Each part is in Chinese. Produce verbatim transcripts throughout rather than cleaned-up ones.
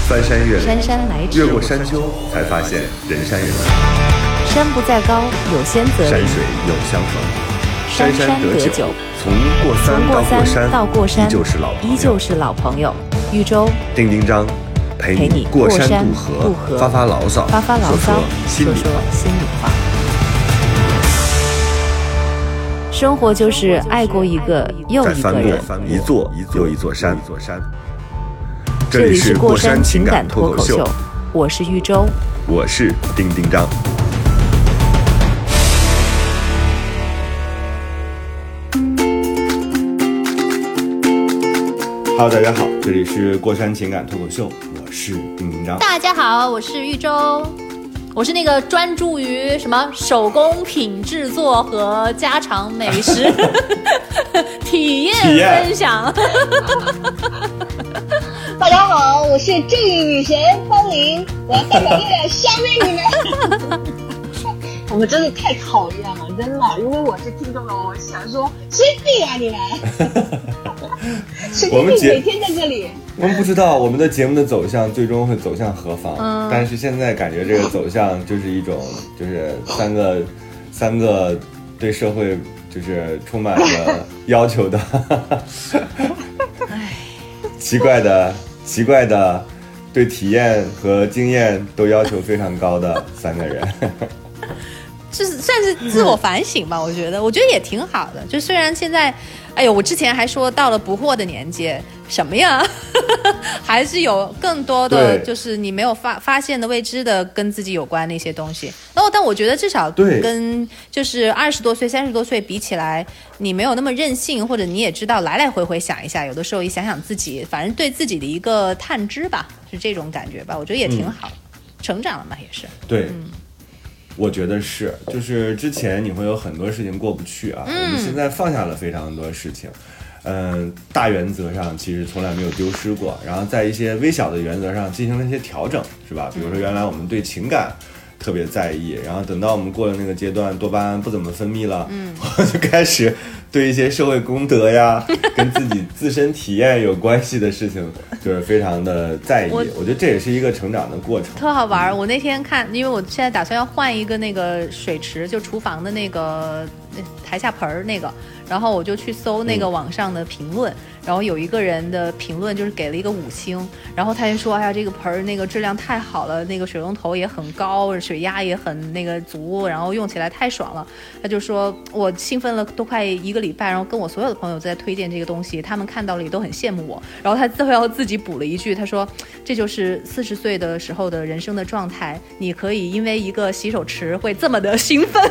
翻山越岭， 姗姗来迟， 越过山丘，才发现人山人海。 山不在高，有仙则灵。 山水有相逢， 山山得酒。 从过山到过山， 到过山依旧是老朋友。 依旧是老朋友。豫州丁丁张陪你过山渡河，发发牢骚， 发发牢骚， 说说心里话。生活就是爱过一个又一个人， 一座又一座山。 这里是过山情感脱口秀，我是豫州， 我是丁丁张。Hello， 大家好，这里是过山情感脱口秀，我是丁丁张。 大家好，我是豫州，我是那个专注于什么手工品制作和家常美食体验分享。 大家好，我是正义女神方玲，我要代表月亮消灭你们。我们真的太讨厌了，真的，因为我是听众的，我想说神经病啊你们。神经病每天在这里。 我们不知道我们的节目的走向最终会走向何方，嗯、但是现在感觉这个走向就是一种，就是三个三个对社会就是充满了要求的，奇怪的奇怪的，对体验和经验都要求非常高的三个人。 就是算是自我反省吧，我觉得，我觉得也挺好的。就虽然现在，哎呦，我之前还说到了不惑的年纪，什么呀，还是有更多的，就是你没有发发现的未知的跟自己有关的一些东西。然后，但我觉得至少跟就是二十多岁、三十多岁比起来，你没有那么任性，或者你也知道来来回回想一下，有的时候一想想自己，反正对自己的一个探知吧，是这种感觉吧。我觉得也挺好，嗯、成长了嘛，也是。 对。 嗯， 我觉得是，就是之前你会有很多事情过不去啊，嗯、我们现在放下了非常多事情，嗯，大原则上其实从来没有丢失过，然后在一些微小的原则上进行了一些调整，是吧？比如说原来我们对情感特别在意，然后等到我们过了那个阶段，多巴胺不怎么分泌了，嗯，我就开始对一些社会公德呀，跟自己自身体验有关系的事情，就是非常的在意。我, 我觉得这也是一个成长的过程， 特好玩。我那天看，因为我现在打算要换一个那个水池，就厨房的那个台下盆儿那个，然后我就去搜那个网上的评论。嗯，然后有一个人的评论就是给了一个五星，然后他就说，哎呀，这个盆儿那个质量太好了，那个水龙头也很高，水压也很那个足，然后用起来太爽了。他就说我兴奋了都快一个礼拜，然后跟我所有的朋友在推荐这个东西，他们看到了也都很羡慕我。然后他最后自己补了一句，他说这就是四十岁的时候的人生的状态，你可以因为一个洗手池会这么的兴奋。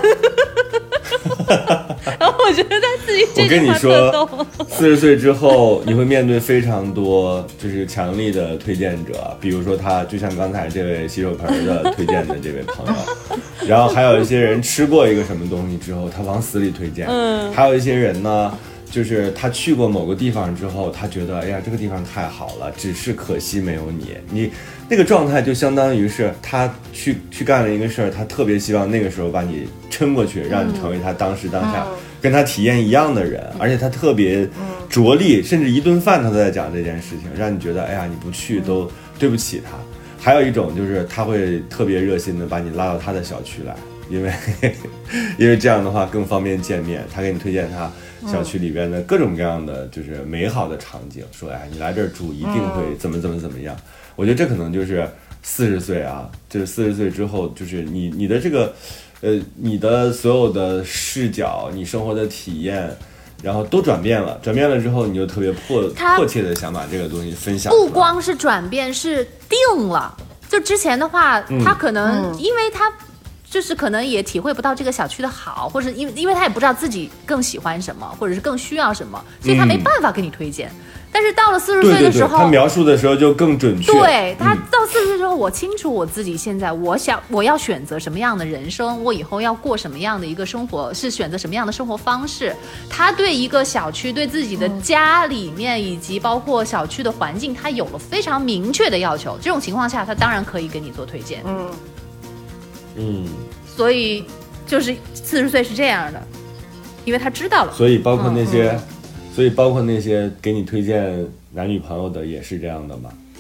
然后我觉得他自己这句话特逗。 我跟你说，四十岁之后你会面对非常多就是强力的推荐者，比如说他就像刚才这位洗手盆的推荐的这位朋友，然后还有一些人吃过一个什么东西之后他往死里推荐，嗯，还有一些人呢就是他去过某个地方之后他觉得哎呀这个地方太好了，只是可惜没有你，你那个状态就相当于是他去去干了一个事儿，他特别希望那个时候把你撑过去，让你成为他当时当下跟他体验一样的人，而且他特别着力，甚至一顿饭他都在讲这件事情，让你觉得哎呀你不去都对不起他。还有一种就是他会特别热心的把你拉到他的小区来，因为因为这样的话更方便见面，他给你推荐他小区里边的各种各样的就是美好的场景，说哎你来这儿住一定会怎么怎么怎么样。我觉得这可能就是四十岁啊，就是四十岁之后，就是你你的这个，呃，你的所有的视角，你生活的体验，然后都转变了。转变了之后，你就特别迫迫切的想把这个东西分享。 不光是转变，是定了。就之前的话， 嗯、 他可能因为他就是可能也体会不到这个小区的好，或者因为因为他也不知道自己更喜欢什么，或者是更需要什么，所以他没办法给你推荐。嗯，但是到了四十岁的时候， 对对对，他描述的时候就更准确。 对，他到四十岁之后，我清楚我自己现在，我想我要选择什么样的人生，我以后要过什么样的一个生活，是选择什么样的生活方式。他对一个小区、对自己的家里面以及包括小区的环境，他有了非常明确的要求。这种情况下，他当然可以给你做推荐。 嗯嗯， 所以就是四十岁是这样的，因为他知道了。 所以包括那些。嗯嗯所以包括那些给你推荐男女朋友的也是这样的吗？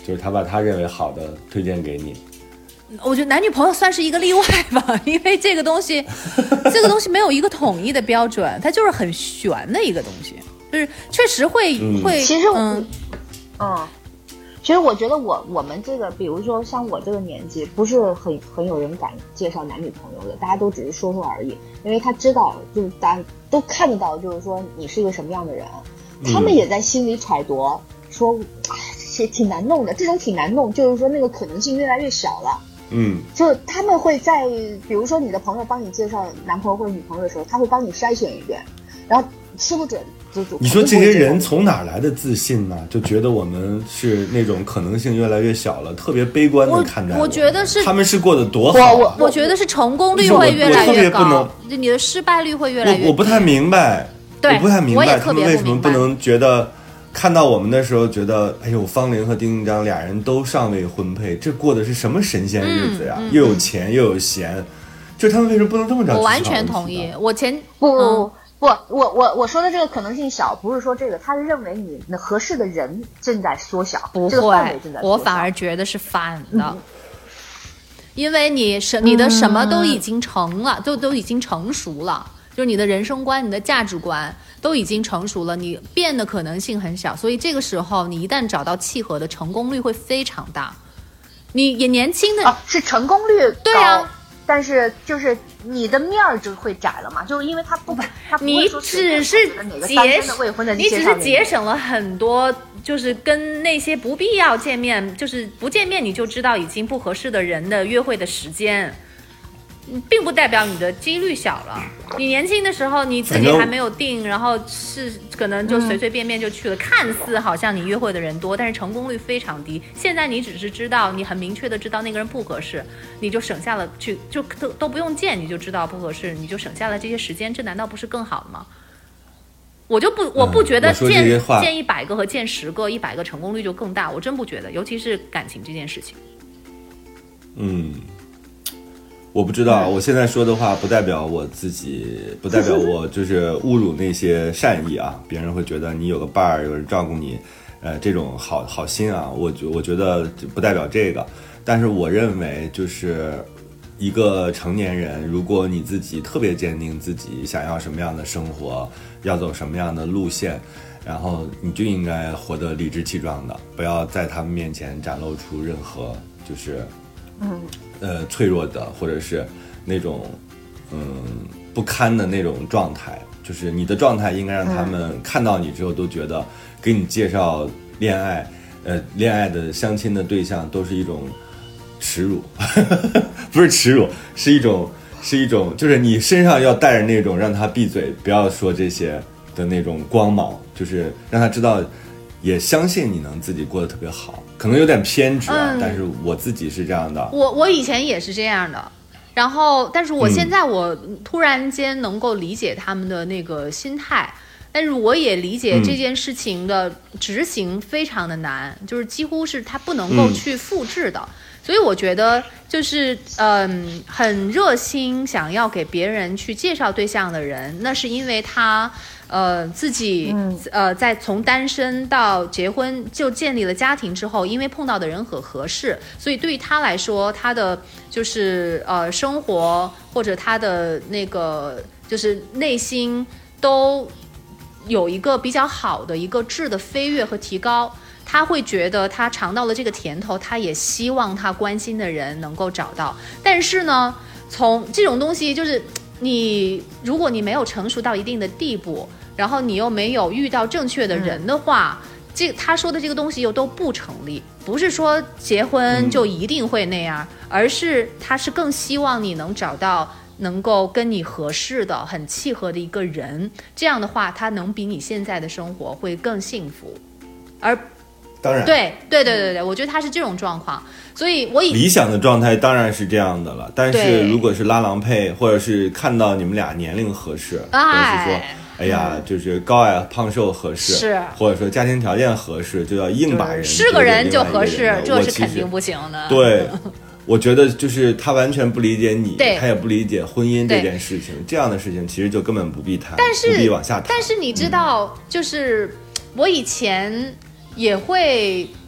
就是他把他认为好的推荐给你。 我觉得男女朋友算是一个例外吧，因为这个东西，这个东西没有一个统一的标准，它就是很悬的一个东西，就是确实会、嗯、会。 其实， 嗯， 嗯，其实我觉得我我们这个，比如说像我这个年纪，不是很很有人敢介绍男女朋友的，大家都只是说说而已，因为他知道，就是大家都看得到，就是说你是一个什么样的人，他们也在心里揣度，说，哎，这挺难弄的，这种挺难弄，就是说那个可能性越来越小了。 嗯， 就他们会在，比如说你的朋友帮你介绍男朋友或者女朋友的时候，他会帮你筛选一遍，然后吃不准就就。 你说这些人从哪来的自信呢？就觉得我们是那种可能性越来越小了，特别悲观的看待我。 我觉得是他们是过得多好、啊。 我我我觉得是成功率会越来越高，你的失败率会越来越低。 我我不太明白， 对， 我不太明白他们为什么不不能觉得。看到我们的时候觉得，哎呦，方玲和丁丁章俩人都尚未婚配，这过的是什么神仙日子呀、嗯嗯、又有钱又有闲，就他们为什么不能这么着？ 我完全同意。我前不不、嗯、不，我我我说的这个可能性小，不是说这个，他是认为你合适的人正在缩小， 不会， 这个范围正在缩小。 我反而觉得是反的。嗯，因为你是你的什么都已经成了，都、嗯、都已经成熟了，就是你的人生观、你的价值观都已经成熟了，你变的可能性很小，所以这个时候你一旦找到契合的，成功率会非常大。你也年轻的、 啊、是成功率高， 对啊， 但是就是你的面儿就会窄了嘛，就是因为他不，他不会说你只是节省，你只是节省了很多，就是跟那些不必要见面，就是不见面你就知道已经不合适的人的约会的时间。并不代表你的几率小了。你年轻的时候你自己还没有定，然后是可能就随随便便就去了、嗯、看似好像你约会的人多，但是成功率非常低。现在你只是知道，你很明确的知道那个人不合适，你就省下了去就都都不用见，你就知道不合适，你就省下了这些时间，这难道不是更好的吗？我就不我不觉得见、嗯、见一百个和见十个一百个成功率就更大，我真不觉得，尤其是感情这件事情。 嗯，我不知道，我现在说的话不代表我自己，不代表我就是侮辱那些善意啊，别人会觉得你有个伴儿，有人照顾你，呃，这种好好心啊，我觉我觉得不代表这个，但是我认为就是一个成年人，如果你自己特别坚定自己想要什么样的生活，要走什么样的路线，然后你就应该活得理直气壮的，不要在他们面前展露出任何就是嗯呃脆弱的或者是那种嗯不堪的那种状态，就是你的状态应该让他们看到你之后都觉得给你介绍恋爱呃恋爱的相亲的对象都是一种耻辱不是耻辱，是一种是一种就是你身上要带着那种让他闭嘴不要说这些的那种光芒，就是让他知道也相信你能自己过得特别好，可能有点偏执啊、嗯、但是我自己是这样的， 我我以前也是这样的，然后但是我现在我突然间能够理解他们的那个心态、嗯、但是我也理解这件事情的执行非常的难、嗯、就是几乎是他不能够去复制的、嗯，所以我觉得就是嗯，很热心想要给别人去介绍对象的人，那是因为他呃自己呃在从单身到结婚就建立了家庭之后，因为碰到的人很合适，所以对于他来说，他的就是呃生活或者他的那个就是内心都有一个比较好的一个质的飞跃和提高。他会觉得他尝到了这个甜头，他也希望他关心的人能够找到。但是呢，从这种东西就是你，如果你没有成熟到一定的地步，然后你又没有遇到正确的人的话，嗯、这他说的这个东西又都不成立。不是说结婚就一定会那样，嗯、而是他是更希望你能找到能够跟你合适的、很契合的一个人。这样的话，他能比你现在的生活会更幸福。而当然， 对对对对对，我觉得他是这种状况，所以我以理想的状态当然是这样的了。但是如果是拉郎配，或者是看到你们俩年龄合适， 哎、 或者是说，哎呀，嗯、就是高矮胖瘦合适， 是， 或者说家庭条件合适，就要硬把人是个人就合适，这是肯定不行的。 对，我觉得就是他完全不理解你，他也不理解婚姻这件事情，这样的事情其实就根本不必谈， 但是不必往下谈。 但是你知道，嗯、就是我以前。也会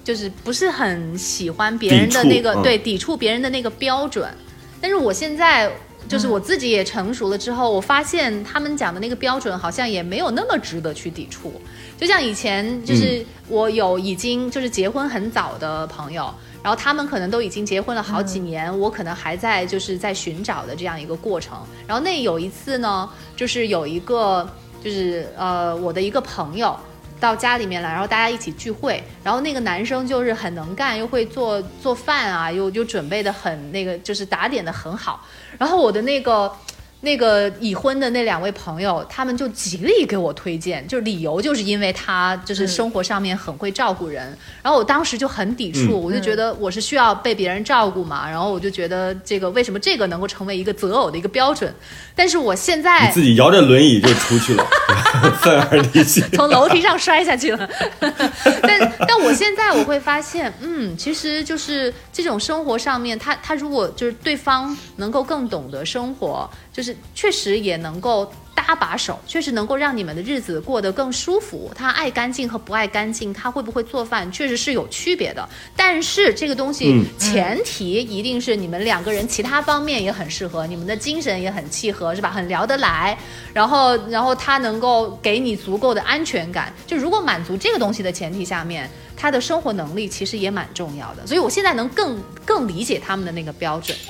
就是不是很喜欢别人的那个、 嗯、 对抵触别人的那个标准，但是我现在就是我自己也成熟了之后，我发现他们讲的那个标准好像也没有那么值得去抵触。就像以前就是我有已经就是结婚很早的朋友。然后他们可能都已经结婚了好几年、嗯、我可能还在就是在寻找的这样一个过程。然后那有一次呢，就是有一个就是呃我的一个朋友到家里面来，然后大家一起聚会，然后那个男生就是很能干，又会做做饭啊，又又准备的很那个就是打点的很好。然后我的那个那个已婚的那两位朋友，他们就极力给我推荐，就是理由就是因为他就是生活上面很会照顾人、嗯、然后我当时就很抵触、嗯、我就觉得我是需要被别人照顾嘛，然后我就觉得这个为什么这个能够成为一个择偶的一个标准。但是我现在你自己摇着轮椅就出去了愤而离去， 从楼梯上摔下去了但但我现在我会发现嗯，其实就是这种生活上面他他如果就是对方能够更懂得生活，就是确实也能够搭把手，确实能够让你们的日子过得更舒服。他爱干净和不爱干净，他会不会做饭确实是有区别的，但是这个东西前提一定是你们两个人其他方面也很适合，你们的精神也很契合，是吧？很聊得来，然后然后他能够给你足够的安全感。就如果满足这个东西的前提下面，他的生活能力其实也蛮重要的。所以我现在能更更理解他们的那个标准。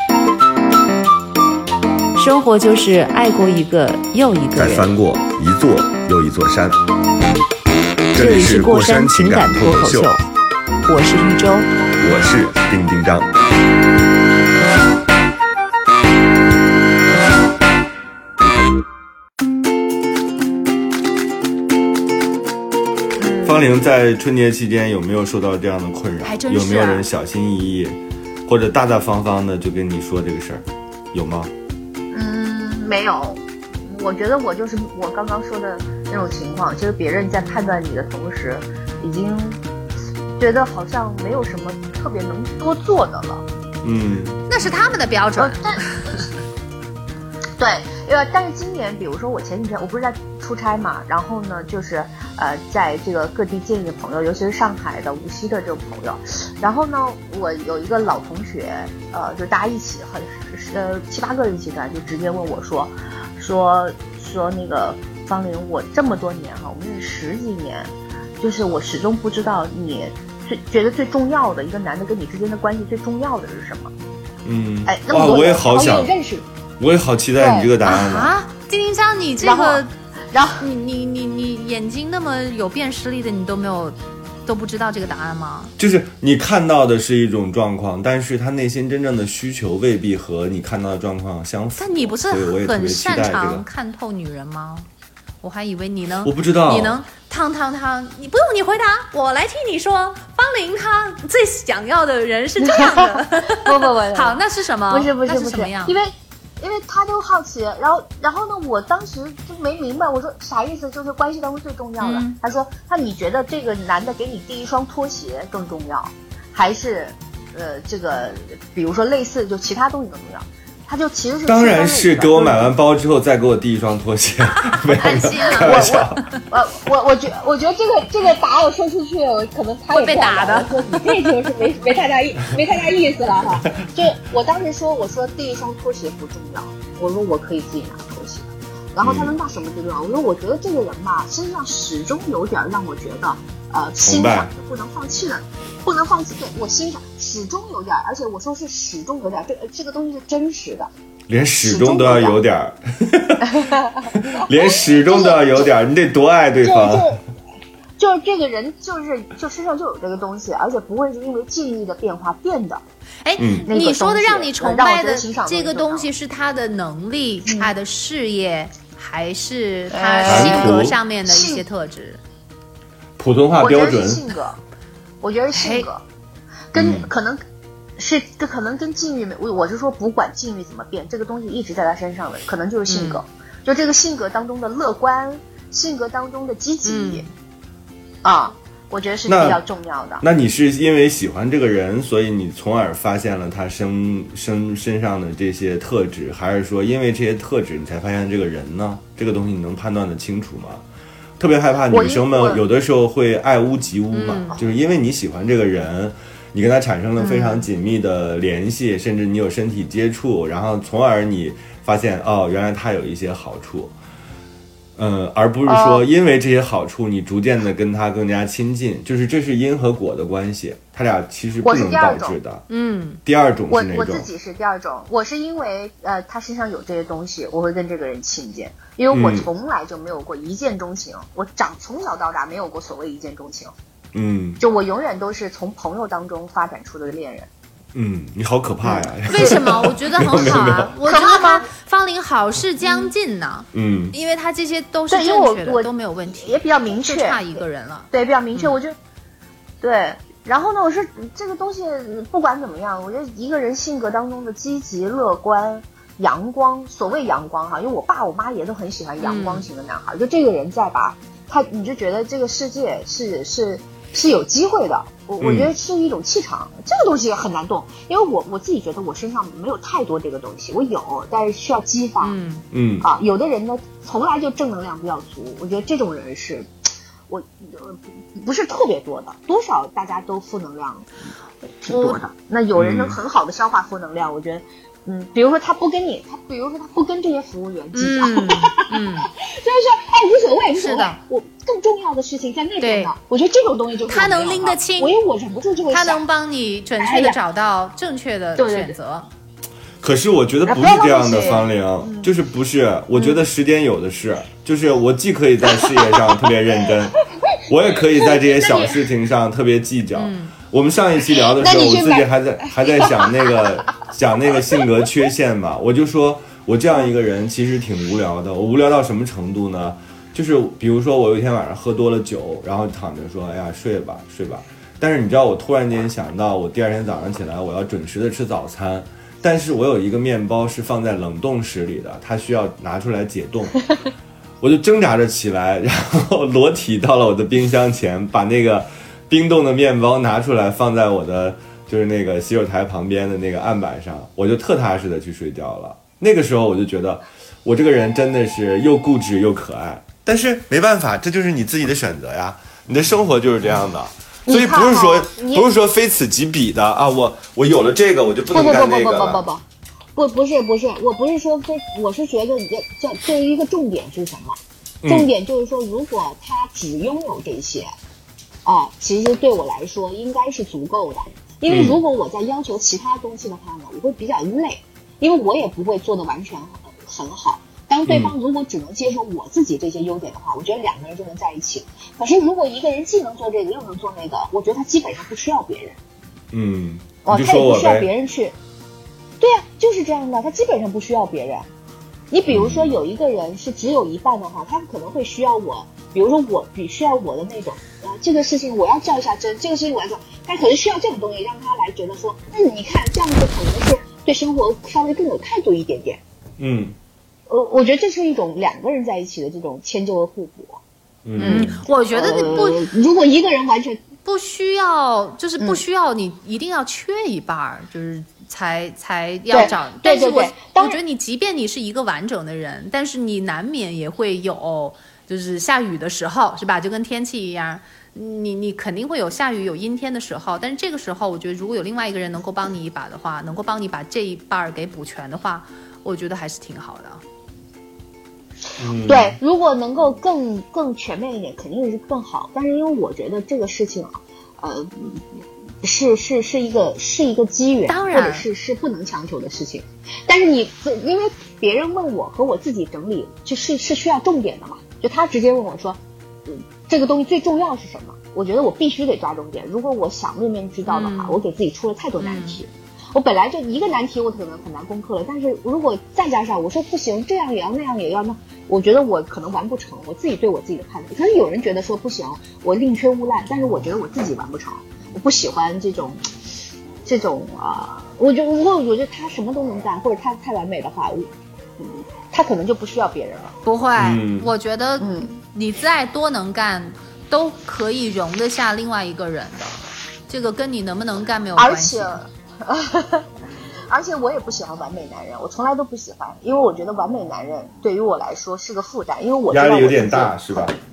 生活就是爱过一个又一个人， 再翻过一座又一座山。 这里是过山情感脱口秀，我是玉州， 我是丁丁张。方玲在春节期间有没有受到这样的困扰？ 还真是啊， 有没有人小心翼翼或者大大方方的就跟你说这个事儿？有吗？ 没有，我觉得我就是我刚刚说的那种情况，就是别人在判断你的同时，已经觉得好像没有什么特别能多做的了。 嗯，那是他们的标准。 呃、对，因为但是今年，比如说我前几天我不是在出差嘛，然后呢，就是呃，在这个各地见一个朋友，尤其是上海的、无锡的这种朋友，然后呢，我有一个老同学，呃，就大家一起很。呃，七八个人一起来，就直接问我说，说说那个方玲，我这么多年哈，我们认识十几年，就是我始终不知道你最觉得最重要的一个男的跟你之间的关系最重要的是什么？嗯，哎，那么多我也好想认识， 我也好期待你这个答案啊！丁丁张，你这个， 然后，然后你你你你眼睛那么有辨识力的，你都没有。都不知道这个答案吗？ 就是你看到的是一种状况，但是他内心真正的需求未必和你看到的状况相符。 但你不是很擅长看透女人吗？我还以为你能， 我不知道， 你能汤汤汤，你不用你回答，我来替你说。方玲她最想要的人是这样的， 不不不， 好，那是什么？ 不是不是不是什么样？ 因为。因为他都好奇，然后然后呢，我当时就没明白，我说啥意思？就是关系当中最重要的。嗯、他说，那你觉得这个男的给你第一双拖鞋更重要，还是呃这个比如说类似就其他东西更重要？他就其实是当然是给我买完包之后再给我递一双拖鞋，没有安心了。 开玩笑。 我我我觉我觉得这个这个答我说出去，我可能他也会被打的。 说你这就是没没太大意没太大意思了哈。就我当时说，我说递一双拖鞋不重要，我说我可以自己拿拖鞋。然后他说那什么最重要？我说我觉得这个人吧，身上始终有点让我觉得呃欣赏的不能放弃的，不能放弃的，我欣赏。始终有点，而且我说是始终有点，这个这个东西是真实的， 连始终都要有点，连始终都要有点，你得多爱对方。 就就就是这个人，就是就身上就有这个东西，而且不会是因为境遇的变化变的。 哎、嗯，你说的让你崇拜的这个东西是他的能力、嗯、他的事业，还是他性格上面的一些特质？ 普通话标准， 我觉得是性格，我觉得是性格。跟可能是跟可能跟境遇没，我我是说不管境遇怎么变，这个东西一直在他身上的，可能就是性格，嗯、就这个性格当中的乐观，性格当中的积极，嗯、啊，我觉得是比较重要的。 那, 那你是因为喜欢这个人，所以你从而发现了他身身身上的这些特质，还是说因为这些特质你才发现这个人呢？这个东西你能判断得清楚吗？ 特别害怕女生们我有的时候会爱屋及乌嘛， 嗯、 就是因为你喜欢这个人，你跟他产生了非常紧密的联系，嗯、甚至你有身体接触，然后从而你发现哦，原来他有一些好处。嗯，而不是说因为这些好处你逐渐的跟他更加亲近，就是这是因和果的关系，他俩其实不能导致的。 嗯， 第二种是哪种？ 我我自己是第二种，我是因为呃他身上有这些东西，我会跟这个人亲近，因为我从来就没有过一见钟情，嗯、我长从小到大没有过所谓一见钟情。 嗯， 就我永远都是从朋友当中发展出的恋人。 嗯，你好可怕呀！ 为什么？我觉得很好啊，我觉得他芳龄好事将近呢。 嗯， 因为他这些都是正确的， 我都没有问题， 也比较明确， 就差一个人了。 对，比较明确， 嗯、 我觉得对。然后呢，我说这个东西不管怎么样，我觉得一个人性格当中的积极、乐观、阳光，所谓阳光哈，因为我爸我妈也都很喜欢阳光型的男孩，嗯、就这个人在吧，他你就觉得这个世界是是。是有机会的，我我觉得是一种气场，嗯、这个东西很难动，因为我我自己觉得我身上没有太多这个东西，我有，但是需要激发。 嗯嗯啊，有的人呢从来就正能量比较足，我觉得这种人是，我不是特别多的，多少大家都负能量挺多的。那有人能很好的消化负能量，嗯、我觉得。嗯，比如说他不跟你，他比如说他不跟这些服务员计较， 嗯，嗯就是说，哎，无所谓，无所谓。 是的， 我更重要的事情在那边呢。我觉得这种东西就是他能拎得清， 我因为我忍不住就会想， 他能帮你准确的找到正确的选择。 哎、 可是我觉得不是这样的，芳龄、嗯、就是不是，我觉得时间有的是，嗯、就是我既可以在事业上特别认真，我也可以在这些小事情上特别计较。 嗯我们上一期聊的时候，我自己还在还在想那个想那个性格缺陷嘛，我就说我这样一个人其实挺无聊的。我无聊到什么程度呢？就是比如说我有一天晚上喝多了酒，然后躺着说，哎呀睡吧睡吧。但是你知道我突然间想到，我第二天早上起来我要准时的吃早餐，但是我有一个面包是放在冷冻室里的，它需要拿出来解冻。我就挣扎着起来，然后裸体到了我的冰箱前，把那个冰冻的面包拿出来放在我的就是那个洗手台旁边的那个案板上，我就特踏实的去睡觉了。那个时候我就觉得我这个人真的是又固执又可爱，但是没办法，这就是你自己的选择呀，你的生活就是这样的，所以不是说不是说非此即彼的啊，我我有了这个我就不能干那个了。 不不不不不不不不不是不是，我不是说非，我是觉得你这这一个重点是什么？重点就是说，如果他只拥有这些。啊，其实对我来说应该是足够的，因为如果我在要求其他东西的话呢，我会比较累，因为我也不会做得完全很很好。当对方如果只能接受我自己这些优点的话，我觉得两个人就能在一起。可是如果一个人既能做这个又能做那个，我觉得他基本上不需要别人。 嗯， 哦，他也不需要别人去。对呀、啊，就是这样的，他基本上不需要别人。你比如说有一个人是只有一半的话，他可能会需要我，比如说我比需要我的那种啊，这个事情我要较一下真，这个事情我要做，他可能需要这个东西让他来觉得说，嗯，你看这样子可能是对生活稍微更有态度一点点。 嗯， 呃，我觉得这是一种两个人在一起的这种迁就和互补。 嗯，我觉得不、呃， 如果一个人完全不需要，就是不需要你一定要缺一半，嗯、就是才才要找。 对对对对， 但是我我觉得你即便你是一个完整的人，但是你难免也会有，就是下雨的时候，是吧？就跟天气一样，你你肯定会有下雨有阴天的时候。但是这个时候，我觉得如果有另外一个人能够帮你一把的话，能够帮你把这一半给补全的话，我觉得还是挺好的。 嗯、 对，如果能够更更全面一点，肯定是更好。但是因为我觉得这个事情啊，呃，是是是一个是一个机缘， 当然， 或者是是不能强求的事情。但是你因为别人问我和我自己整理，就是是需要重点的嘛。就他直接问我说，嗯，这个东西最重要是什么？我觉得我必须得抓重点。如果我想面面俱到的话，嗯、我给自己出了太多难题。嗯我本来就一个难题我可能很难攻克了，但是如果再加上我说不行，这样也要那样也要，那我觉得我可能完不成，我自己对我自己的判断。可是有人觉得说不行，我宁缺毋滥，但是我觉得我自己完不成，我不喜欢这种这种啊、呃，我觉得如果我觉得他什么都能干，或者他太完美的话，我嗯，他可能就不需要别人了。 不会， 嗯、 我觉得你再多能干，都可以容得下另外一个人的，这个跟你能不能干没有关系。 而且而且我也不喜欢完美男人，我从来都不喜欢，因为我觉得完美男人对于我来说是个负担，因为我知道我压力有点大，是吧？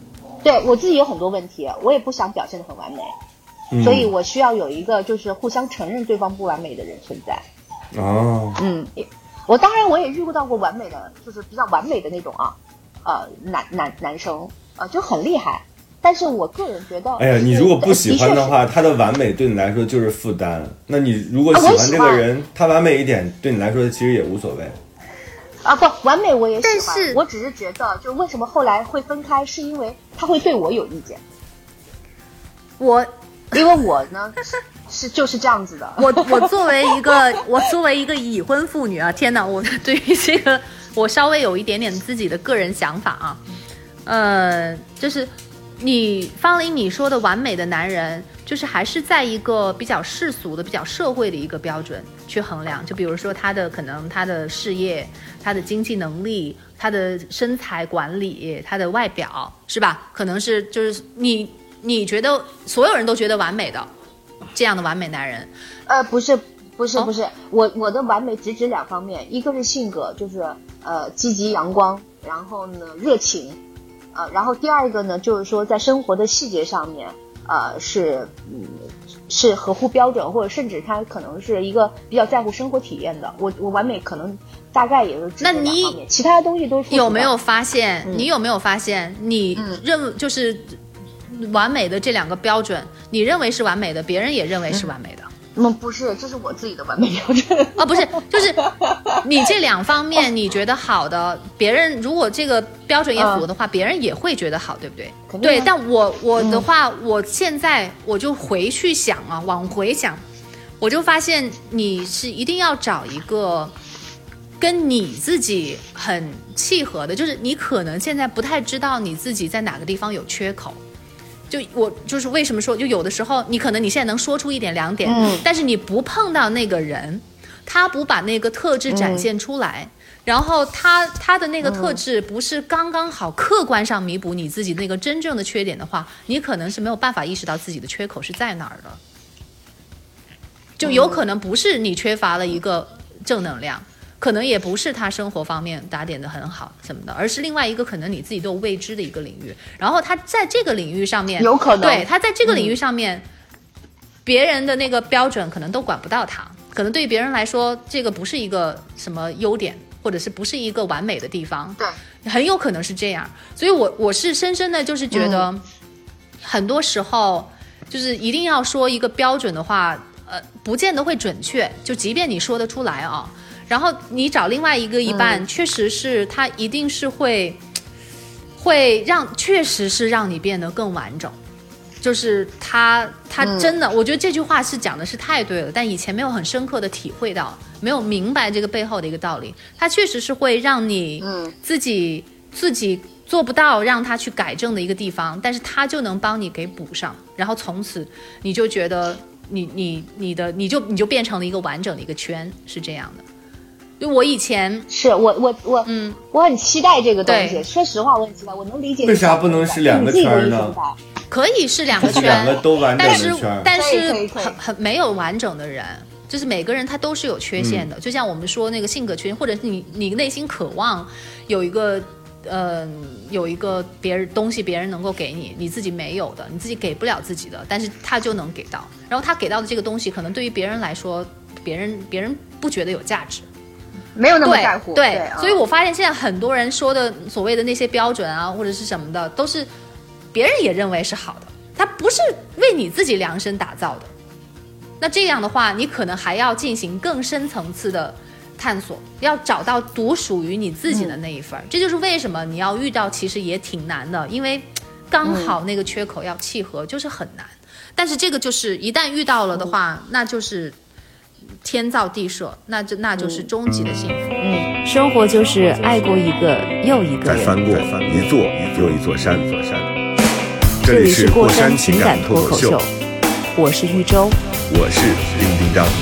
对我自己有很多问题，我也不想表现得很完美， 嗯、 所以我需要有一个就是互相承认对方不完美的人存在。 哦， 嗯，我当然我也遇到过完美的，就是比较完美的那种啊，呃，男男男生，呃，就很厉害。但是我个人觉得， 哎呀，你如果不喜欢的话，他的完美对你来说就是负担。那你如果喜欢这个人，啊、他完美一点，对你来说其实也无所谓。 啊，不，完美我也喜欢， 但是我只是觉得，就为什么后来会分开，是因为他会对我有意见。 我， 因为我呢是就是这样子的。 我我作为一个我作为一个已婚妇女啊，天哪，我对于这个我稍微有一点点自己的个人想法啊，呃，就是你方琳你说的完美的男人，就是还是在一个比较世俗的、比较社会的一个标准去衡量，就比如说他的可能他的事业、他的经济能力、他的身材管理、他的外表，是吧？可能是就是你你觉得所有人都觉得完美的这样的完美男人， 呃，不是不是哦不是，我我的完美只指两方面，一个是性格，就是呃积极阳光，然后呢热情。呃，然后第二个呢，就是说在生活的细节上面，呃，是嗯是合乎标准，或者甚至他可能是一个比较在乎生活体验的。我我完美可能大概也是指这两方面，其他的东西都是。 有没有发现？ 嗯、 你有没有发现？你认为就是完美的这两个标准，你认为是完美的，别人也认为是完美的。 嗯，不是，这是我自己的完美标准。 哦，不是，就是你这两方面你觉得好的，别人如果这个标准也符合的话，嗯、别人也会觉得好，对不对？对，但我我的话，嗯、我现在我就回去想啊，往回想，我就发现你是一定要找一个跟你自己很契合的，就是你可能现在不太知道你自己在哪个地方有缺口。就我就是为什么说，就有的时候你可能你现在能说出一点两点，嗯、但是你不碰到那个人，他不把那个特质展现出来，嗯、然后他他的那个特质不是刚刚好客观上弥补你自己那个真正的缺点的话，你可能是没有办法意识到自己的缺口是在哪儿的，就有可能不是你缺乏了一个正能量。可能也不是他生活方面打点的很好什么的，而是另外一个可能你自己都有未知的一个领域，然后他在这个领域上面有可能对他在这个领域上面、嗯、别人的那个标准可能都管不到他，可能对于别人来说这个不是一个什么优点，或者是不是一个完美的地方， 对， 很有可能是这样。所以我我是深深的就是觉得、嗯、很多时候就是一定要说一个标准的话，呃，不见得会准确，就即便你说得出来啊，然后你找另外一个一半、嗯、确实是他一定是会会让确实是让你变得更完整，就是他他真的、嗯、我觉得这句话是讲的是太对了，但以前没有很深刻的体会到，没有明白这个背后的一个道理，他确实是会让你自己、嗯、自己做不到让他去改正的一个地方，但是他就能帮你给补上，然后从此你就觉得你你你的你就你就变成了一个完整的一个圈，是这样的。就我以前是我我我嗯，我很期待这个东西。说实话，我很期待，我能理解。 为啥不能是两个圈呢？ 可以是两个圈， 两个都完整的圈， 但是但是很很没有完整的人，就是每个人他都是有缺陷的。嗯、就像我们说那个性格缺陷，或者是你你内心渴望有一个呃有一个别人东西，别人能够给你，你自己没有的，你自己给不了自己的，但是他就能给到。然后他给到的这个东西，可能对于别人来说，别人别人不觉得有价值。 没有那么在乎， 对，对对，所以我发现现在很多人说的所谓的那些标准啊，或者是什么的，都是别人也认为是好的，它不是为你自己量身打造的。那这样的话，你可能还要进行更深层次的探索，要找到独属于你自己的那一份、嗯、这就是为什么你要遇到其实也挺难的，因为刚好那个缺口要契合就是很难、嗯、但是这个就是一旦遇到了的话、嗯、那就是天造地设，那就那就是终极的幸福。 嗯，生活就是爱过一个又一个人， 再翻过一座又一座山。这里是过山情感脱口秀， 我是玉州， 我是丁丁张。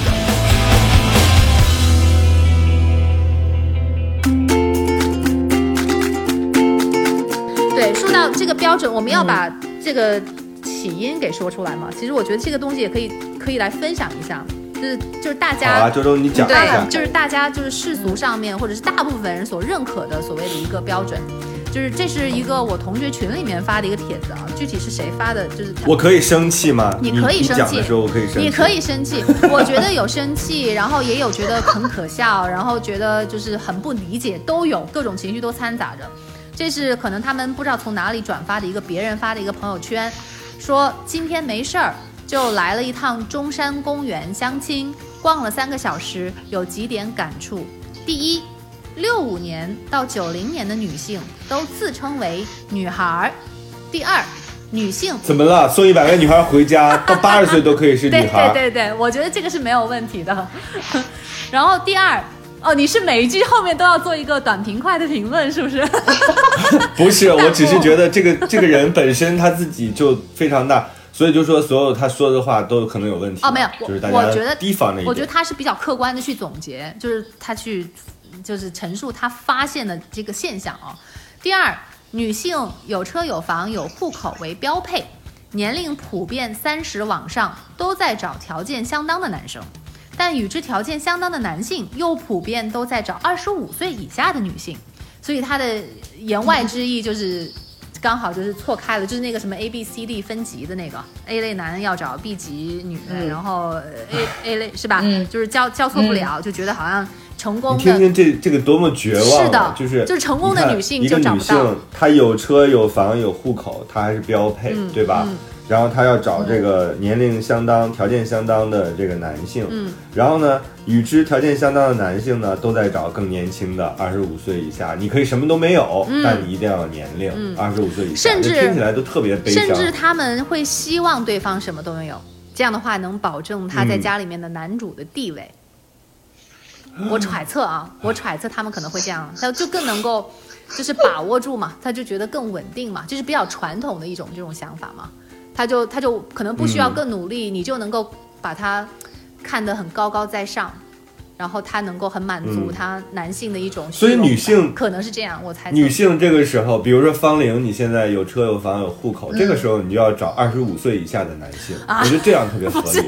对，说到这个标准，我们要把这个起因给说出来嘛。其实我觉得这个东西也可以可以来分享一下。就是就是大家， 好啊，周周你讲一下。 对，就是大家就是世俗上面或者是大部分人所认可的所谓的一个标准。 就是这是一个我同学群里面发的一个帖子啊，具体是谁发的，就是我可以生气吗？ 你可以生气， 你讲的时候我可以生气， 你可以生气。我觉得有生气，然后也有觉得很可笑，然后觉得就是很不理解，都有各种情绪都掺杂着。这是可能他们不知道从哪里转发的一个别人发的一个朋友圈，说今天没事儿就来了一趟中山公园相亲，逛了三个小时，有几点感触。第一，六五年到九零年的女性都自称为女孩。第二，女性怎么了？送一百个女孩回家，到八十岁都可以是女孩。 对对对对，我觉得这个是没有问题的。然后第二，哦，你是每一句后面都要做一个短平快的评论，是不是？ 不是，我只是觉得这个这个人本身他自己就非常大。所以就说所有他说的话都可能有问题。 哦，没有， 就是大家我觉得提防那一点。 我觉得他是比较客观的去总结，就是他去就是陈述他发现的这个现象啊。第二，女性有车有房有户口为标配，年龄普遍三十往上，都在找条件相当的男生，但与之条件相当的男性又普遍都在找二十五岁以下的女性，所以他的言外之意就是。刚好就是错开了，就是那个什么 A B C D 分级的那个 A 类男要找 B 级女，嗯、然后 A A 类是吧？嗯，就是交交错不了，嗯、就觉得好像成功的。 你听听这这个多么绝望！ 是的， 就是就是成功的女性就找不到。 一个女性她有车有房有户口，她还是标配，嗯、对吧？嗯然后他要找这个年龄相当、条件相当的这个男性，嗯，然后呢，与之条件相当的男性呢，都在找更年轻的，二十五岁以下。你可以什么都没有，嗯、但你一定要有年龄，二十五岁以下， 甚至听起来都特别悲伤。 甚至他们会希望对方什么都没有，这样的话能保证他在家里面的男主的地位。嗯、我揣测啊，我揣测他们可能会这样，他就更能够就是把握住嘛，他就觉得更稳定嘛，这是比较传统的一种这种想法嘛。他就他就可能不需要更努力，嗯、你就能够把他看得很高高在上，然后他能够很满足他男性的一种虚荣感。 所以女性可能是这样，我猜测。 女性这个时候，比如说芳龄，你现在有车有房有户口，嗯、这个时候你就要找二十五岁以下的男性，啊、我觉得这样特别合理。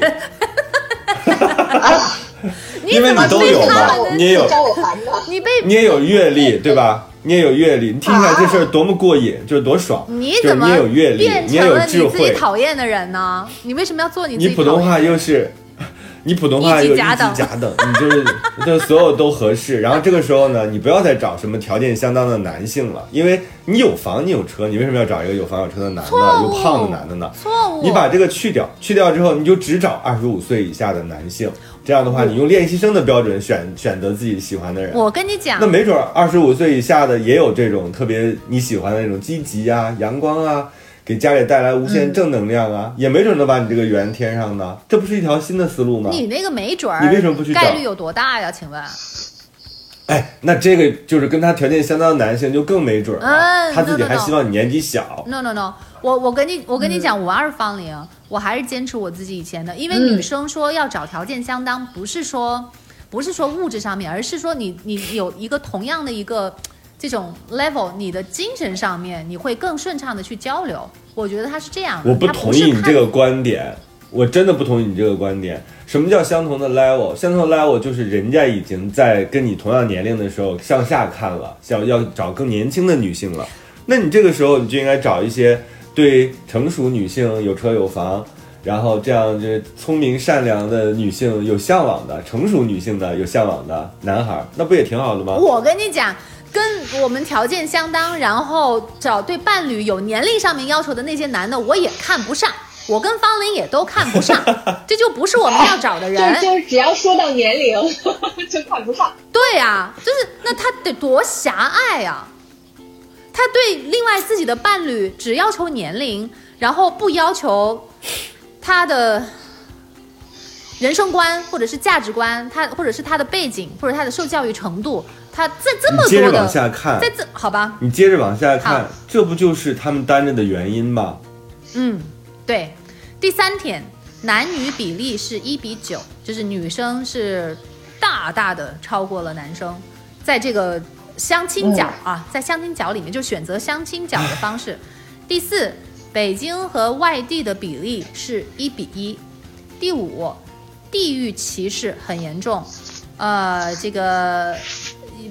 因为你都有嘛，你也有， 你被你也有阅历，对吧？你也有阅历，你听起来这事儿多么过瘾，就是多爽。 你怎么你也有阅历，你也有智慧。 你自己讨厌的人呢？你为什么要做你自己？ 你普通话又是，你普通话又一级甲等，你就是就所有都合适。然后这个时候呢，你不要再找什么条件相当的男性了，因为你有房你有车，你为什么要找一个有房有车的男的，又胖的男的呢？ 错误。 你把这个去掉，去掉之后，你就只找二十五岁以下的男性。这样的话，你用练习生的标准选选择自己喜欢的人。 我跟你讲， 那没准二十五岁以下的也有这种特别你喜欢的那种积极啊、阳光啊，给家里带来无限正能量啊，嗯、也没准能把你这个圆添上呢。这不是一条新的思路吗？ 你那个没准， 你为什么不去找？ 概率有多大呀？请问？ 哎，那这个就是跟他条件相当的男性就更没准了，嗯、他自己还希望你年纪小。 No no no， 我我跟你我跟你讲，我要是芳龄，我还是坚持我自己以前的，因为女生说要找条件相当，不是说不是说物质上面，而是说你你有一个同样的一个这种 level， 你的精神上面你会更顺畅的去交流。我觉得他是这样的。 我不同意你这个观点，我真的不同意你这个观点。什么叫相同的 level？ 相同的 level 就是人家已经在跟你同样年龄的时候向下看了，想要找更年轻的女性了。那你这个时候你就应该找一些对成熟女性有车有房，然后这样就是聪明善良的女性有向往的，成熟女性的有向往的男孩，那不也挺好的吗？ 我跟你讲，跟我们条件相当，然后找对伴侣有年龄上面要求的那些男的，我也看不上。我跟芳龄也都看不上，这就不是我们要找的人。 就就只要说到年龄就看不上。 对呀、啊，就是那他得多狭隘啊！他对另外自己的伴侣只要求年龄，然后不要求他的人生观或者是价值观，他或者是他的背景或者他的受教育程度。他在这么多的， 你接着往下看， 在这好吧？ 你接着往下看，这不就是他们单着的原因吗？ 嗯。对，第三点，男女比例是一比九，就是女生是大大的超过了男生，在这个相亲角啊，在相亲角里面就选择相亲角的方式。第四，北京和外地的比例是一比一。第五，地域歧视很严重，呃，这个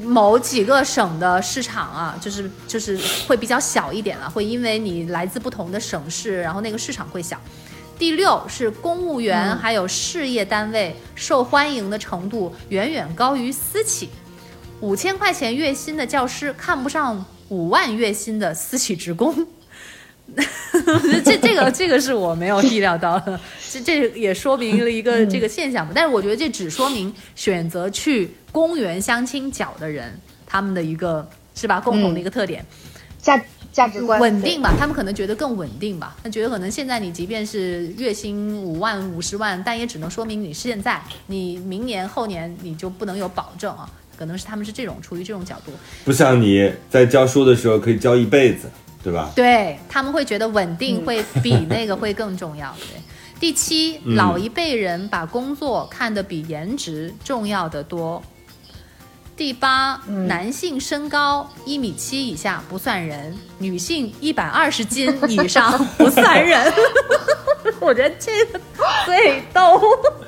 某几个省的市场啊，就是就是会比较小一点了，会因为你来自不同的省市，然后那个市场会小。第六是公务员、嗯、还有事业单位受欢迎的程度远远高于私企，五千块钱月薪的教师看不上五万月薪的私企职工。这这个这个是我没有意料到的，这这也说明了一个这个现象。但是我觉得这只说明选择去公园相亲角的人，他们的一个是吧共同的一个特点， 价、嗯、价值观稳定吧，他们可能觉得更稳定吧。他觉得可能现在你即便是月薪五万五十万，但也只能说明你现在，你明年后年你就不能有保证啊。可能是他们是这种出于这种角度， 不像你在教书的时候可以教一辈子。对吧？ 对，他们会觉得稳定会比那个会更重要。对，第七， 嗯、 老一辈人把工作看得比颜值重要的多。第八、嗯，男性身高一米七以下不算人，女性一百二十斤以上不算人。我觉得这个最逗。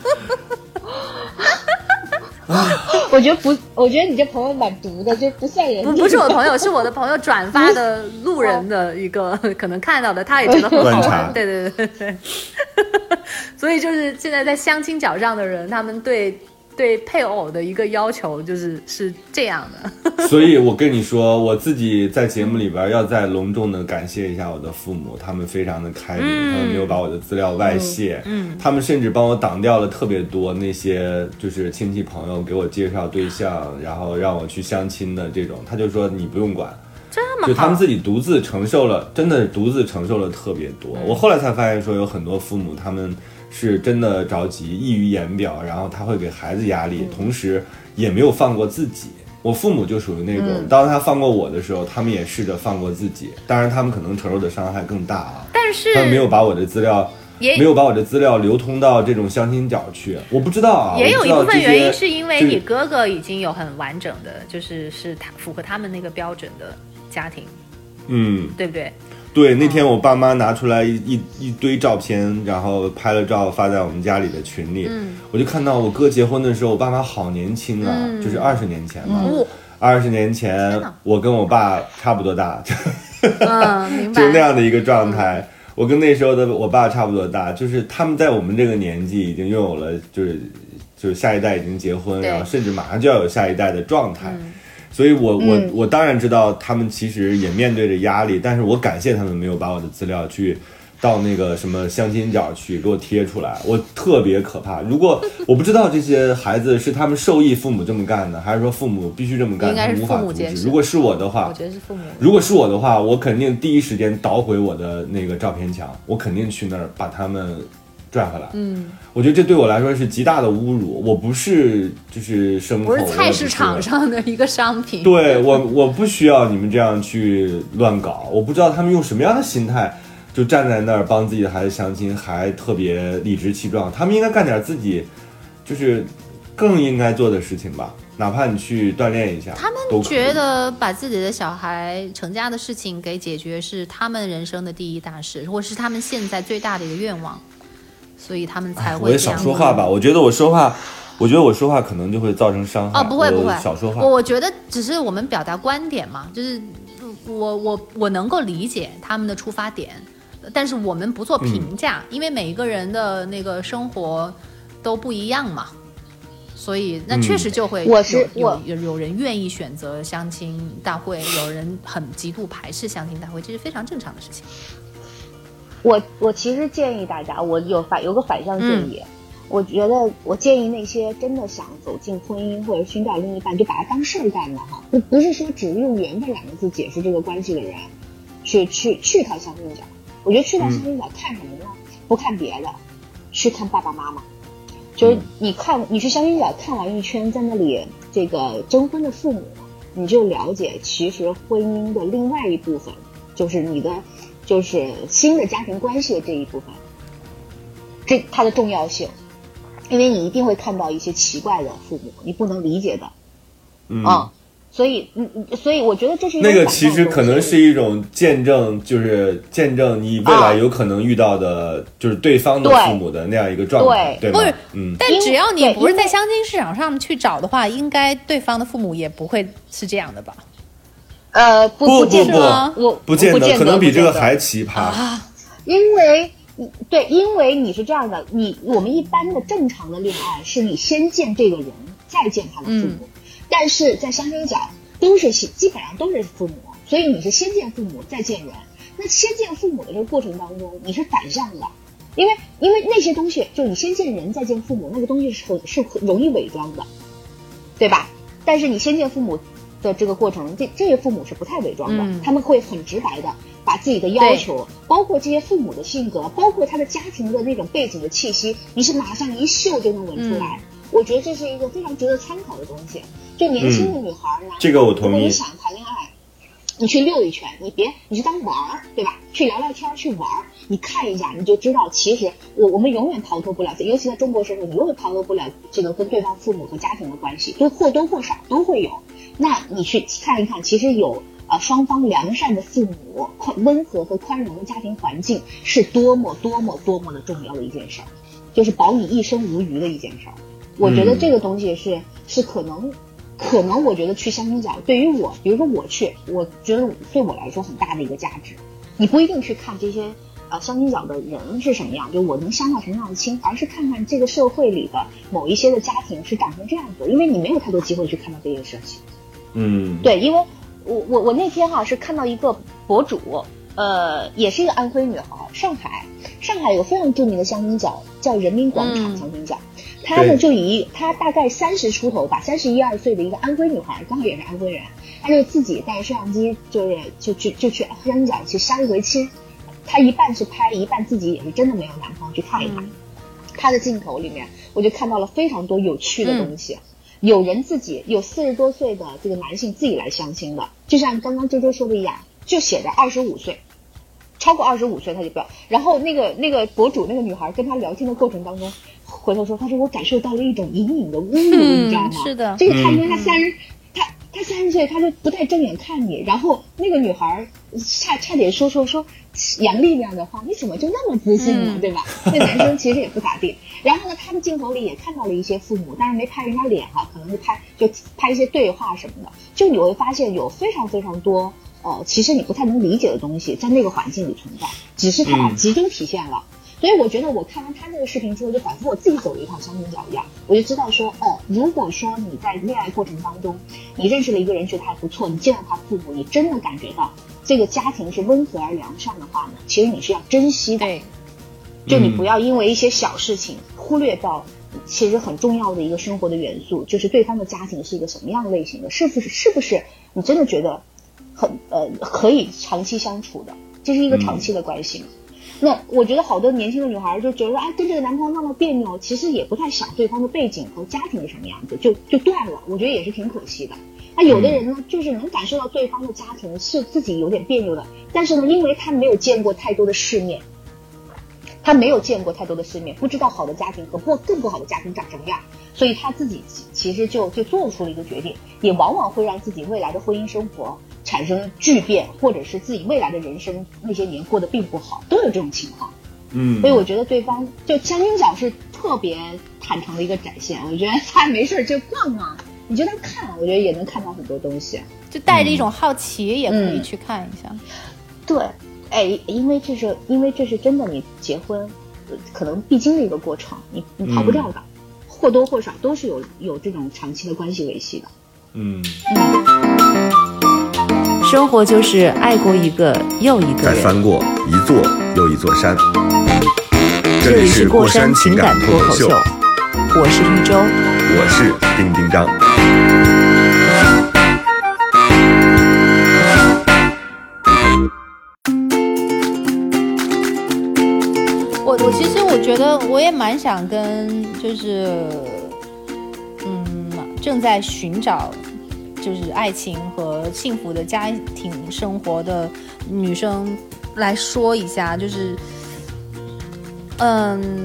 我觉得不，我觉得你这朋友蛮毒的，就不算人。 不不是我朋友，是我的朋友转发的路人的一个可能看到的，他也觉得很好玩。对对对对。所以就是现在在相亲角上的人，他们对对配偶的一个要求就是是这样的。 所以我跟你说，我自己在节目里边要再隆重的感谢一下我的父母，他们非常的开明、嗯、他们没有把我的资料外泄、嗯嗯、他们甚至帮我挡掉了特别多那些就是亲戚朋友给我介绍对象然后让我去相亲的这种，他就说你不用管， 这么好， 就他们自己独自承受了，真的独自承受了特别多、嗯、我后来才发现说有很多父母他们是真的着急溢于言表，然后他会给孩子压力、嗯、同时也没有放过自己。我父母就属于那种、嗯、当他放过我的时候他们也试着放过自己，当然他们可能承受的伤害更大啊， 但是他们没有把我的资料没有把我的资料流通到这种相亲角去。我不知道啊， 也有一部分原因是因为你哥哥已经有很完整的就是是他符合他们那个标准的家庭， 嗯， 对不对？ 对，那天我爸妈拿出来一一一堆照片，然后拍了照发在我们家里的群里、嗯、我就看到我哥结婚的时候我爸妈好年轻啊、嗯、就是二十年前嘛，二十、嗯、年前我跟我爸差不多大嗯，明白， 就那样的一个状态、嗯、我跟那时候的我爸差不多大，就是他们在我们这个年纪已经拥有了就是就是下一代已经结婚，然后甚至马上就要有下一代的状态、嗯，所以我我我当然知道他们其实也面对着压力，但是我感谢他们没有把我的资料去到那个什么相亲角去给我贴出来，我特别可怕。如果我不知道这些孩子是他们受益父母这么干的，还是说父母必须这么干，他们无法阻止。如果是我的话， 我觉得是父母。 如果是我的话，我肯定第一时间捣毁我的那个照片墙，我肯定去那儿把他们拽回来。 嗯， 我觉得这对我来说是极大的侮辱。我不是就是牲口， 不是菜市场上的一个商品。 对，我我不需要你们这样去乱搞。我不知道他们用什么样的心态就站在那儿帮自己的孩子相亲，还特别理直气壮。他们应该干点自己就是更应该做的事情吧，哪怕你去锻炼一下。 他们觉得把自己的小孩成家的事情给解决是他们人生的第一大事，或是他们现在最大的一个愿望，所以他们才会这样。我也少说话吧，我觉得我说话我觉得我说话可能就会造成伤害。 哦，不会不会， 少说话。 我我觉得只是我们表达观点嘛，就是我我我能够理解他们的出发点，但是我们不做评价、嗯、因为每一个人的那个生活都不一样嘛，所以那确实就会有、 嗯、我是有有有人愿意选择相亲大会，有人很极度排斥相亲大会，这是非常正常的事情。 我我其实建议大家，我有反有个反向建议、嗯，我觉得我建议那些真的想走进婚姻或者寻找另一半，就把它当事儿干了哈，不不是说只用缘分两个字解释这个关系的人，去去去趟相亲角。我觉得去趟相亲角看什么呢？不看别的，去看爸爸妈妈。就是你看，你去相亲角看完一圈，在那里这个征婚的父母，你就了解其实婚姻的另外一部分，就是你的就是新的家庭关系的这一部分，这它的重要性。因为你一定会看到一些奇怪的父母，你不能理解的， 嗯， 啊， 所以嗯，所以我觉得这是一那个其实可能是一种见证，就是见证你未来有可能遇到的，就是对方的父母的那样一个状态，对吧？ 不是， 嗯。 但只要你不是在相亲市场上去找的话，应该对方的父母也不会是这样的吧？ 呃，不不见得， 不我不见得， 可能比这个还奇葩啊！ 因为对，因为你是这样的，你我们一般的正常的恋爱是你先见这个人，再见他的父母，嗯、但是在相亲角都是基本上都是父母，所以你是先见父母再见人。那先见父母的这个过程当中，你是反向的，因为因为那些东西，就你先见人再见父母，那个东西是很是很容易伪装的，对吧？但是你先见父母的这个过程，这这些父母是不太伪装的，嗯、他们会很直白的把自己的要求，包括这些父母的性格，包括他的家庭的那种背景的气息，你是马上一嗅就能闻出来。嗯、我觉得这是一个非常值得参考的东西。就年轻的女孩呢，嗯、 这个我同意。 如果你想谈恋爱，你去溜一圈，你别你去当玩儿，对吧？去聊聊天，去玩儿，你看一下，你就知道，其实我我们永远逃脱不了，尤其在中国社会，你永远逃脱不了这个跟对方父母和家庭的关系，都或多或少都会有。那你去看一看，其实有呃双方良善的父母、温和和宽容的家庭环境，是多么多么多么的重要的一件事儿，就是保你一生无虞的一件事儿。我觉得这个东西是、嗯、是可能。可能我觉得去相亲角对于我，比如说我去，我觉得对我来说很大的一个价值。你不一定去看这些呃相亲角的人是什么样，就我能相到什么样的亲，而是看看这个社会里的某一些的家庭是长成这样子，因为你没有太多机会去看到这些事情。 嗯， 对，因为我我我那天哈、啊、是看到一个博主，呃，也是一个安徽女孩，上海上海有非常著名的相亲角叫人民广场相亲角。嗯，他呢就以他大概三十出头吧，三十一二岁的一个安徽女孩，刚好也是安徽人，他就自己带摄像机，就是就去就去相亲角去相一回亲。他一半是拍，一半自己也是真的没有男朋友去看一看。嗯、他的镜头里面，我就看到了非常多有趣的东西。嗯、有人自己有四十多岁的这个男性自己来相亲的，就像刚刚周周说的一样，就写着二十五岁。超过二十五岁他就不要。然后那个那个博主那个女孩跟他聊天的过程当中，回头说，他说我感受到了一种隐隐的侮辱，嗯、你知道吗？是的，这个他因为他三十，他他三十岁，他就不太正眼看你。然后那个女孩差差点说说说杨丽那样的话，你怎么就那么自信呢？嗯、对吧？那男生其实也不咋地。然后呢，他的镜头里也看到了一些父母，但是没拍人家脸哈，可能是拍就拍一些对话什么的。就你会发现有非常非常多。呃，其实你不太能理解的东西在那个环境里存在，只是它集中体现了。嗯、所以我觉得我看完他这个视频之后，就仿佛我自己走了一趟相亲角一样，我就知道说，哦，如果说你在恋爱过程当中，你认识了一个人，觉得还不错，你见到他父母，你真的感觉到这个家庭是温和而良善的话呢，其实你是要珍惜的。对，就你不要因为一些小事情忽略到其实很重要的一个生活的元素，就是对方的家庭是一个什么样类型的，是不是是不是你真的觉得很呃可以长期相处的，这是一个长期的关系。嗯、那我觉得好多年轻的女孩就觉得哎跟这个男朋友闹闹别扭，其实也不太想对方的背景和家庭是什么样子，就就断了，我觉得也是挺可惜的。那有的人呢，就是能感受到对方的家庭是自己有点别扭的，但是呢，因为他没有见过太多的世面，他没有见过太多的世面，不知道好的家庭和不更不好的家庭长什么样，所以他自己其实就就做出了一个决定，也往往会让自己未来的婚姻生活产生巨变，或者是自己未来的人生那些年过得并不好，都有这种情况。嗯，所以我觉得对方就相亲角是特别坦诚的一个展现。我觉得他没事就逛逛，你就当看，我觉得也能看到很多东西， 就带着一种好奇也可以去看一下。嗯、 对，哎，因为这是因为这是真的，你结婚可能必经的一个过程，你你逃不掉的，嗯、或多或少都是有有这种长期的关系维系的。嗯嗯，生活就是爱过一个又一个人， 再翻过一座又一座山。 这里是过山情感脱口秀，我是玉州， 我是丁丁张。 我我其实我觉得我也蛮想跟就是嗯正在寻找就是爱情和幸福的家庭生活的女生来说一下，就是嗯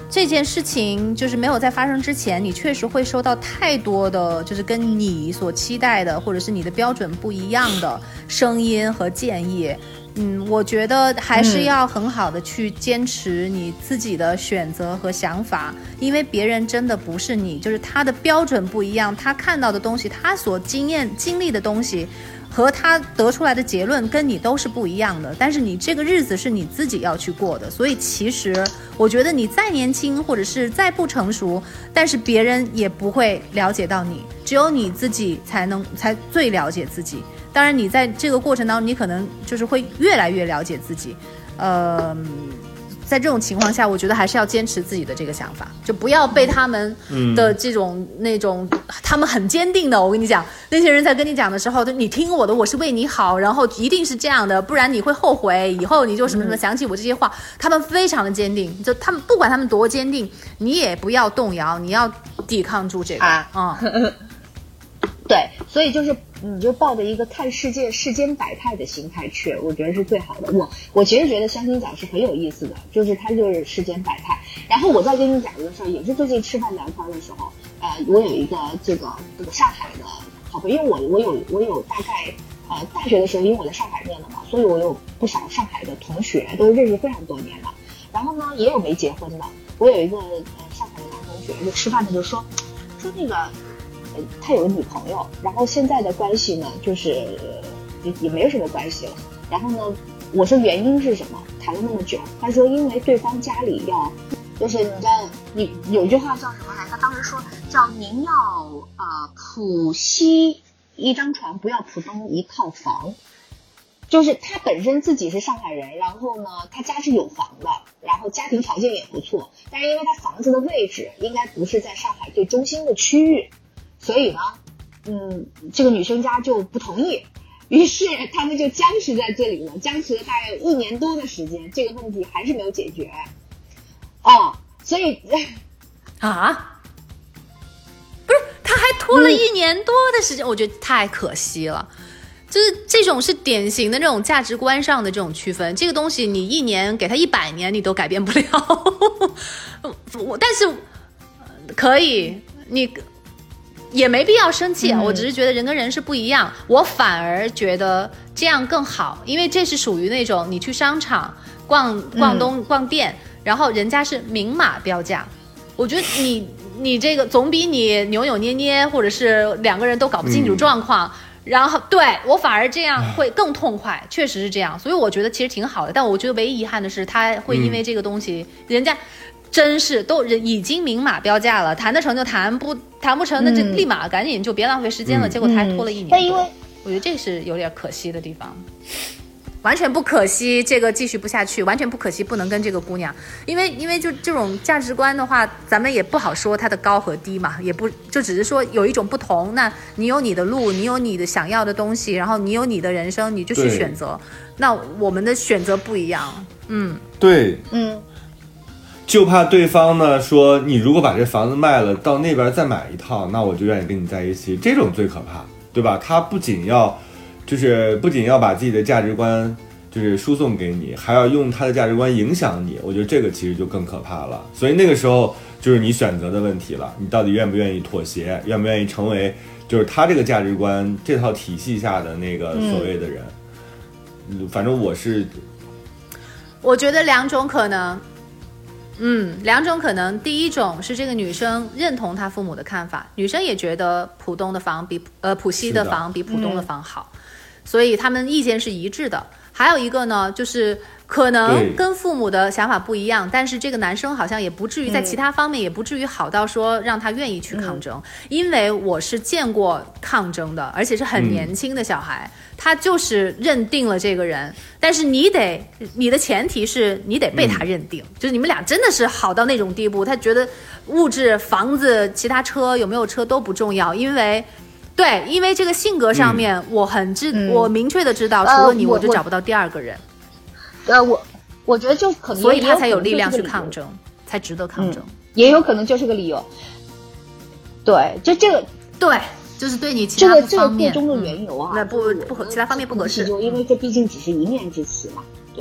这件事情就是没有在发生之前，你确实会收到太多的就是跟你所期待的或者是你的标准不一样的声音和建议。嗯，我觉得还是要很好的去坚持你自己的选择和想法，因为别人真的不是你，就是他的标准不一样，他看到的东西，他所经验经历的东西和他得出来的结论跟你都是不一样的，但是你这个日子是你自己要去过的，所以其实我觉得你再年轻或者是再不成熟，但是别人也不会了解到你，只有你自己才能才最了解自己。当然你在这个过程当中你可能就是会越来越了解自己，呃在这种情况下我觉得还是要坚持自己的这个想法，就不要被他们的这种、嗯、那种他们很坚定的，我跟你讲那些人在跟你讲的时候，你听我的，我是为你好，然后一定是这样的，不然你会后悔，以后你就什么什么想起我这些话、嗯、他们非常的坚定，就他们不管他们多坚定，你也不要动摇，你要抵抗住这个啊、嗯、 对，所以就是你就抱着一个看世界世间百态的心态去，我觉得是最好的。我我其实觉得相亲角是很有意思的，就是它就是世间百态。然后我再跟你讲一个事儿，也是最近吃饭聊天的时候，呃，我有一个这个这个上海的好朋友，因为我我有我有大概呃大学的时候，因为我在上海念的嘛，所以我有不少上海的同学，都认识非常多年了。然后呢，也有没结婚的。我有一个呃上海的男同学，就吃饭的就说说那个。他有个女朋友，然后现在的关系呢，就是也也没有什么关系了。然后呢，我说原因是什么？谈了那么久，他说因为对方家里要，就是你知道，你有一句话叫什么来？他当时说叫您要呃浦西一张床，不要浦东一套房。就是他本身自己是上海人，然后呢，他家是有房的，然后家庭条件也不错，但是因为他房子的位置应该不是在上海最中心的区域。所以呢，嗯，这个女生家就不同意，于是他们就僵持在这里了，僵持了大概有一年多的时间，这个问题还是没有解决。哦，所以啊，不是，他还拖了一年多的时间，嗯、我觉得太可惜了。就是这种是典型的这种价值观上的这种区分，这个东西你一年给他一百年你都改变不了。我但是可以，你。也没必要生气、嗯、我只是觉得人跟人是不一样，我反而觉得这样更好，因为这是属于那种你去商场逛逛东、嗯、逛店，然后人家是明码标价，我觉得你你这个总比你扭扭捏捏或者是两个人都搞不清楚状况、嗯、然后对我反而这样会更痛快，确实是这样，所以我觉得其实挺好的，但我觉得唯一遗憾的是他会因为这个东西、嗯、人家真是都已经明码标价了，谈得成就谈，不谈不成那就立马赶紧就别浪费时间了、嗯、结果他还拖了一年、嗯、但因为我觉得这是有点可惜的地方，完全不可惜这个继续不下去，完全不可惜不能跟这个姑娘，因为因为就这种价值观的话咱们也不好说它的高和低嘛，也不就只是说有一种不同，那你有你的路，你有你的想要的东西，然后你有你的人生，你就去选择，那我们的选择不一样。嗯， 对， 嗯， 就怕对方呢说你如果把这房子卖了到那边再买一套，那我就愿意跟你在一起，这种最可怕，对吧？他不仅要就是不仅要把自己的价值观就是输送给你，还要用他的价值观影响你，我觉得这个其实就更可怕了。所以那个时候就是你选择的问题了，你到底愿不愿意妥协，愿不愿意成为就是他这个价值观这套体系下的那个所谓的人、嗯、反正我是我觉得两种可能，嗯，两种可能。第一种是这个女生认同她父母的看法，女生也觉得浦东的房比呃浦西的房比浦东的房好，嗯、所以他们意见是一致的。还有一个呢，就是可能跟父母的想法不一样，但是这个男生好像也不至于在其他方面也不至于好到说让他愿意去抗争、嗯、因为我是见过抗争的，而且是很年轻的小孩、嗯、他就是认定了这个人，但是你得你的前提是你得被他认定、嗯、就是你们俩真的是好到那种地步，他觉得物质房子其他车有没有车都不重要，因为对，因为这个性格上面，我很知、嗯，我明确的知道，除了你，我就找不到第二个人。呃，我我觉得就可能，所以他才有力量去抗争，才值得抗争、嗯。也有可能就是个理由。对，就这个，对，就是对你其他方面，这个这个最终的缘由啊，嗯、那不不合，其他方面不合适，就因为这毕竟只是一面之词嘛，对吧？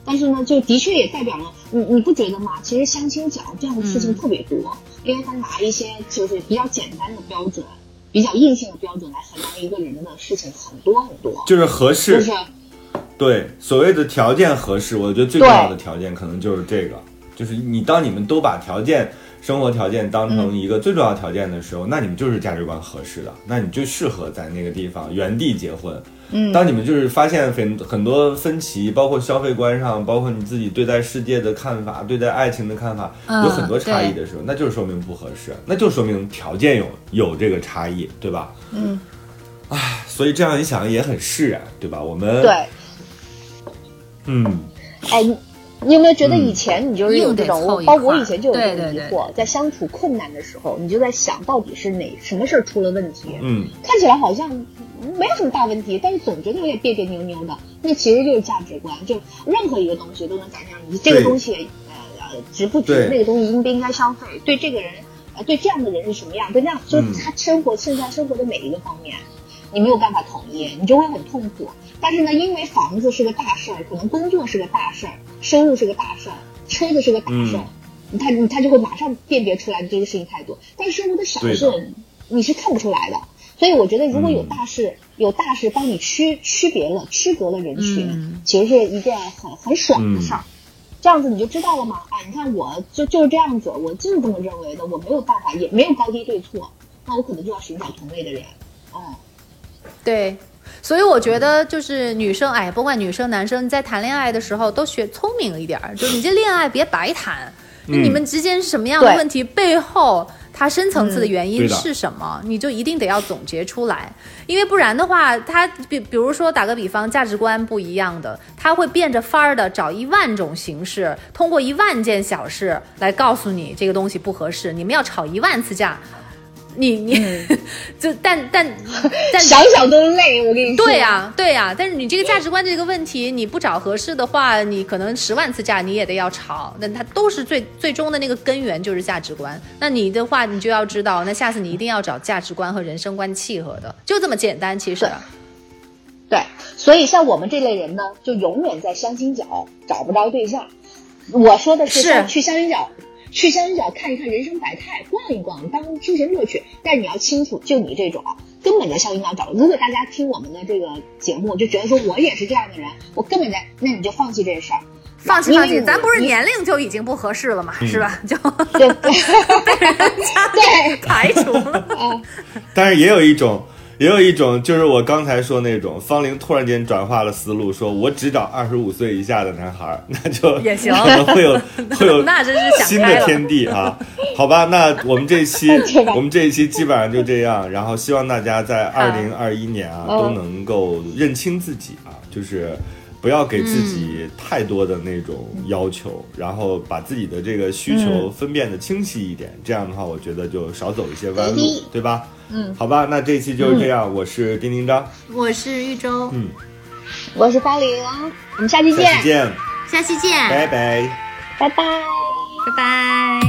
但是呢，就的确也代表了你，你不觉得吗？其实相亲角这样的事情特别多，嗯、因为他拿一些就是比较简单的标准、比较硬性的标准来衡量一个人的事情很多很多， 就是合适， 就是对所谓的条件合适，我觉得最重要的条件可能就是这个，就是你当你们都把条件。生活条件当成一个最重要条件的时候、嗯、那你们就是价值观合适的，那你就适合在那个地方原地结婚。嗯，当你们就是发现很很多分歧，包括消费观上，包括你自己对待世界的看法，对待爱情的看法、嗯、有很多差异的时候，那就是说明不合适，那就说明条件有有这个差异，对吧？嗯，唉，所以这样一想也很释然，对吧？我们对， 嗯， 哎。你有没有觉得以前你就是有这种， 嗯、 包括我以前就有这种疑惑， 对对对， 在相处困难的时候，你就在想到底是哪什么事儿出了问题？ 嗯， 看起来好像没有什么大问题，但是总觉得有点别别扭扭的，那其实就是价值观，就任何一个东西都能展现你这个东西呃呃值不值，那个东西应不应该消费，对这个人呃对这样的人是什么样，对那样就是他生活现在生活的每一个方面。你没有办法统一，你就会很痛苦。但是呢，因为房子是个大事儿，可能工作是个大事儿，收入是个大事儿，车子是个大事儿，嗯、他他就会马上辨别出来这个事情太多。但是生活的小事你是看不出来的，所以我觉得如果有大事，嗯、有大事帮你区区别了、区隔了人群，嗯、其实是一件很很爽的事儿。嗯、这样子你就知道了嘛？啊，你看我就就是这样子，我就是这么认为的，我没有办法，也没有高低对错，那我可能就要寻找同类的人，嗯。 对，所以我觉得就是女生，哎，不管女生男生，你在谈恋爱的时候都学聪明一点，就是你这恋爱别白谈，嗯、你们之间是什么样的问题，背后它深层次的原因是什么，嗯、你就一定得要总结出来，因为不然的话，他比比如说打个比方，价值观不一样的，他会变着法儿的找一万种形式，通过一万件小事来告诉你这个东西不合适，你们要吵一万次架。你你、嗯、就但但但想想都累，我跟你说。 对呀、啊、对呀、啊，但是你这个价值观这个问题，你不找合适的话，你可能十万次架你也得要吵，那它都是最最终的那个根源就是价值观。那你的话，你就要知道，那下次你一定要找价值观和人生观契合的，就这么简单。其实， 对，对，所以像我们这类人呢，就永远在相亲角找不着对象。我说的是去相亲角。去相亲角看一看人生百态，逛一逛，当休闲乐趣。但是你要清楚，就你这种根本在相亲角找。如果大家听我们的这个节目，就觉得说我也是这样的人，我根本在，那你就放弃这事儿。 放弃放弃，咱不是年龄就已经不合适了嘛，是吧？就对被人家对排除了。 嗯， 但是也有一种。也有一种就是我刚才说那种，方玲突然间转化了思路，说我只找二十五岁以下的男孩，那就也行， 可能会有会有那真是新的天地啊！好吧，那我们这一期我们这一期基本上就这样，然后希望大家在二零二一年啊、嗯、都能够认清自己啊，就是不要给自己太多的那种要求，嗯、然后把自己的这个需求分辨得清晰一点，嗯、这样的话，我觉得就少走一些弯路，嗯、对吧？嗯，好吧，那这一期就是这样。嗯、我是丁丁张， 我是玉州， 嗯， 我是巴黎，我们下期见， 下期见， 下期见， 拜拜， 拜拜， 拜拜。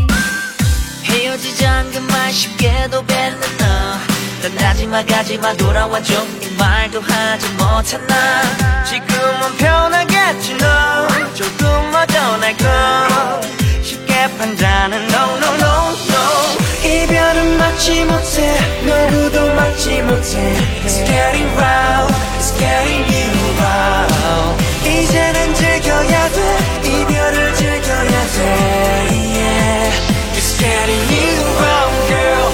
헤어지자는 그 말 쉽게도 뱉는 너 난 가지마 가지마 돌아와줘 이 말도 하지 못했나 지금은 편하겠지 너 조금 어전할 걸 쉽게 판단은 no no no no 이별은 막지 못해 누구도 막지 못해 It's getting round It's getting you round 이제는 즐겨야 돼 이별을 즐겨야 돼 yeah It's getting you round girl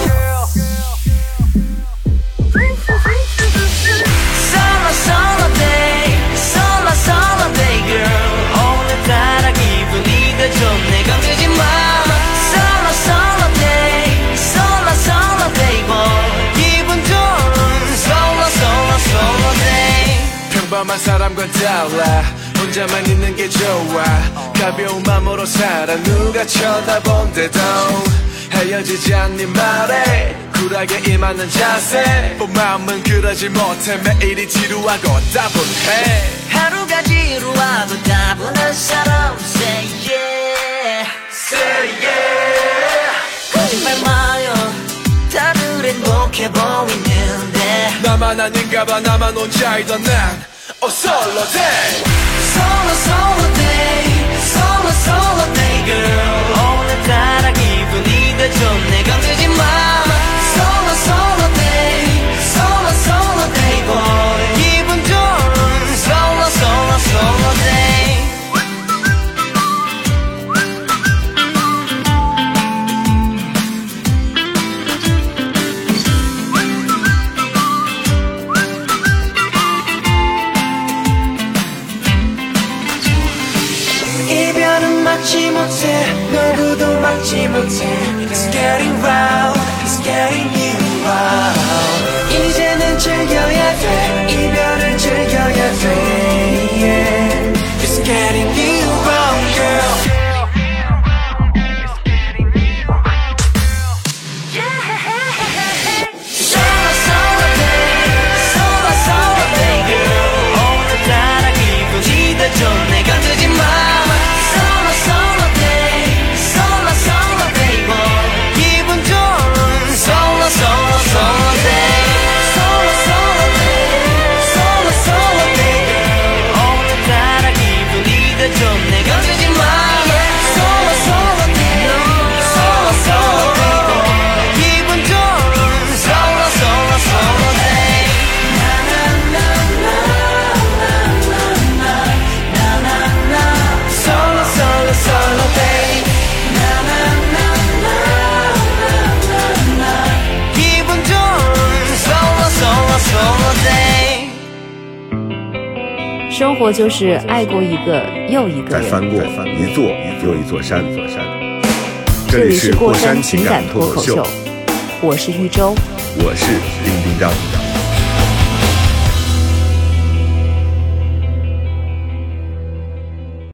Summer summer day Summer summer day girl 오늘따라 기분이 더 좋네 건들지 마 Summer summer day Summer summer day boy 기분 좋은 Summer summer summer day 평범한 사람과 달라 혼자만 있는 게 좋아 가벼운 맘으로 살아 누가 쳐다본대도 헤어지자는 네 말에 쿨하게 임하는 자세 뭐 마음은 그러지 못해 매일이 지루하고 따분해 하루가 지루하고 따분한 사람 Say yeah Say yeah 거짓말 마요 다들 행복해 보이는데 나만 아닌가 봐 나만 혼자이던 난 Oh solo day Solo solo day Solo solo day girl 오늘따라 기분이 더 좋네 건들지 마 Solo solo day Solo solo day boy 기분 좋은 Solo solo solo day 이별은 막지 못해 누구도 막지 못해 It's getting round It's getting you round 이제는 즐겨야 돼 이별을 즐겨야 돼 yeah. It's getting you round girl Solo solo day Solo solo day girl 오늘따라 기분이 더 좋네 건들지 마 Solo solo day Solo solo day boy 기분 좋은 Solo solo solo day Solo solo day Solo solo day girl 오늘따라 기분이 더 좋네 건들지 마 Solo solo day Solo solo day boy 기분 좋은 Solo solo solo day Solo solo solo day 기분 좋은 Solo solo solo day 生活就是爱过一个又一个人。 再翻过一座又一座山。这里是过山情感脱口秀， 我是玉州， 我是丁丁张。